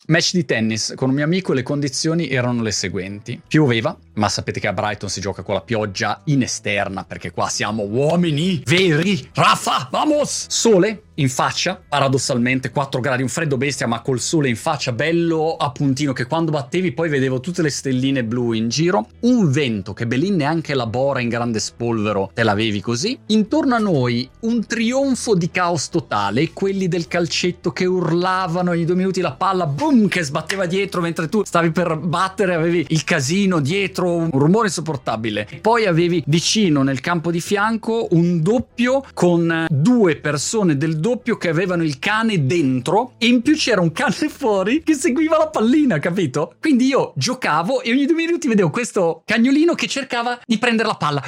Match di tennis con un mio amico e le condizioni erano le seguenti. Pioveva, ma sapete che a Brighton si gioca con la pioggia in esterna perché qua siamo uomini veri. Rafa, vamos! Sole in faccia, paradossalmente 4 gradi, un freddo bestia, ma col sole in faccia, bello a puntino, che quando battevi poi vedevo tutte le stelline blu in giro, un vento che belin neanche la Bora in grande spolvero te l'avevi così, intorno a noi un trionfo di caos totale, quelli del calcetto che urlavano ogni 2 minuti, la palla boom che sbatteva dietro mentre tu stavi per battere, avevi il casino dietro, un rumore insopportabile. Poi avevi vicino nel campo di fianco un doppio con 2 persone del doppio che avevano il cane dentro e in più c'era un cane fuori che seguiva la pallina, capito? Quindi io giocavo e ogni 2 minuti vedevo questo cagnolino che cercava di prendere la palla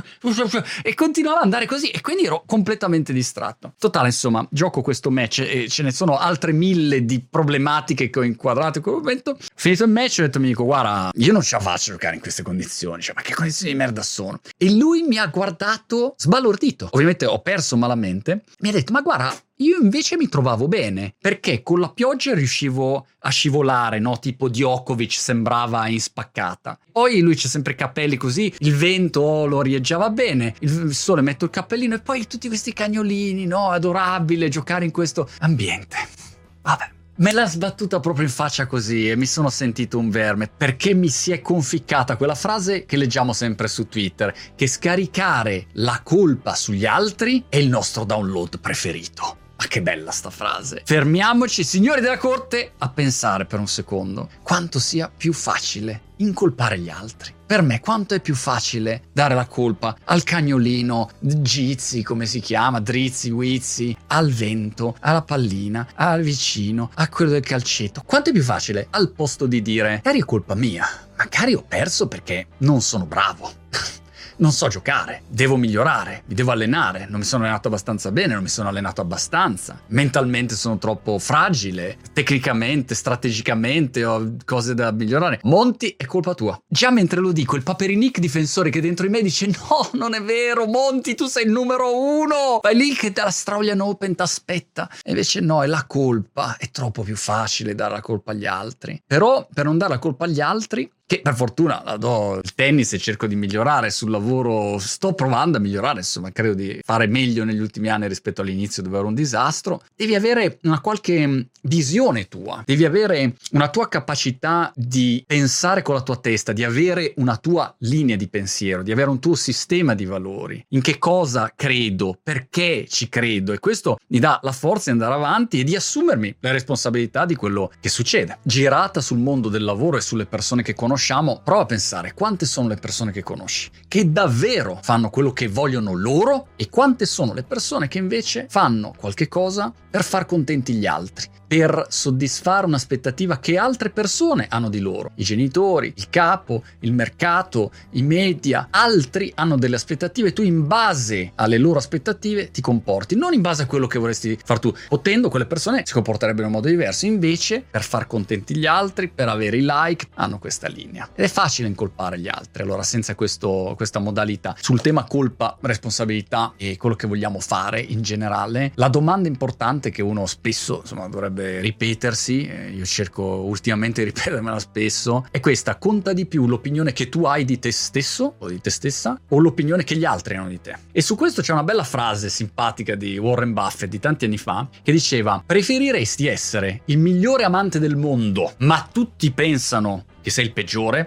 e continuava ad andare così e quindi ero completamente distratto. Totale, insomma, gioco questo match e ce ne sono altre 1000 di problematiche che ho inquadrato in quel momento. Finito il match ho detto, mi dico, guarda, io non ce la faccio a giocare in queste condizioni, cioè, ma che condizioni di merda sono? E lui mi ha guardato sbalordito. Ovviamente ho perso malamente. Mi ha detto, ma guarda, io invece mi trovavo bene, perché con la pioggia riuscivo a scivolare, no? Tipo Djokovic sembrava in spaccata. Poi lui c'ha sempre i capelli così, il vento lo arieggiava bene, il sole metto il cappellino e poi tutti questi cagnolini, no? Adorabile giocare in questo ambiente. Vabbè. Me l'ha sbattuta proprio in faccia così e mi sono sentito un verme, perché mi si è conficcata quella frase che leggiamo sempre su Twitter, che scaricare la colpa sugli altri è il nostro download preferito. Ma che bella sta frase. Fermiamoci, signori della corte, a pensare per un secondo quanto sia più facile incolpare gli altri. Per me quanto è più facile dare la colpa al cagnolino, Gizzi come si chiama, Drizzi, Wizzi, al vento, alla pallina, al vicino, a quello del calcetto. Quanto è più facile al posto di dire magari è colpa mia, magari ho perso perché non sono bravo. Non so giocare, devo migliorare, mi devo allenare, non mi sono allenato abbastanza bene, non mi sono allenato abbastanza, mentalmente sono troppo fragile, tecnicamente, strategicamente ho cose da migliorare. Monti, è colpa tua. Già mentre lo dico, il Paperinic difensore che dentro di me dice no, non è vero, Monti, tu sei il numero 1, vai lì che dall'Australian Open t'aspetta. E invece no, è la colpa, è troppo più facile dare la colpa agli altri. Però per non dare la colpa agli altri, che per fortuna la do il tennis e cerco di migliorare sul lavoro, sto provando a migliorare, insomma credo di fare meglio negli ultimi anni rispetto all'inizio dove ero un disastro. Devi avere una qualche visione tua, devi avere una tua capacità di pensare con la tua testa, di avere una tua linea di pensiero, di avere un tuo sistema di valori, in che cosa credo, perché ci credo, e questo mi dà la forza di andare avanti e di assumermi la responsabilità di quello che succede. Girata sul mondo del lavoro e sulle persone che conosciamo, prova a pensare quante sono le persone che conosci che davvero fanno quello che vogliono loro e quante sono le persone che invece fanno qualche cosa per far contenti gli altri, per soddisfare un'aspettativa che altre persone hanno di loro. I genitori, il capo, il mercato, i media, altri hanno delle aspettative, tu in base alle loro aspettative ti comporti, non in base a quello che vorresti far tu. Potendo, quelle persone si comporterebbero in modo diverso, invece per far contenti gli altri, per avere i like, hanno questa linea. Ed è facile incolpare gli altri, allora senza questa modalità. Sul tema colpa, responsabilità e quello che vogliamo fare in generale, la domanda importante che uno spesso, insomma, dovrebbe ripetersi, io cerco ultimamente di ripetermela spesso, è questa: conta di più l'opinione che tu hai di te stesso o di te stessa o l'opinione che gli altri hanno di te? E su questo c'è una bella frase simpatica di Warren Buffett di tanti anni fa che diceva: preferiresti essere il migliore amante del mondo ma tutti pensano che sei il peggiore,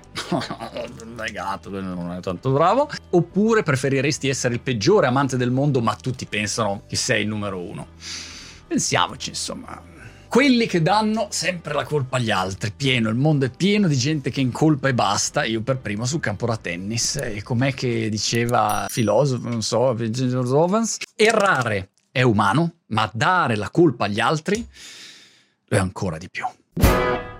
negato, non è tanto bravo, oppure preferiresti essere il peggiore amante del mondo ma tutti pensano che sei il numero 1? Pensiamoci, insomma. Quelli che danno sempre la colpa agli altri, pieno, il mondo è pieno di gente che incolpa e basta, io per primo sul campo da tennis. E com'è che diceva filosofo, non so, George Rovans, errare è umano, ma dare la colpa agli altri lo è ancora di più.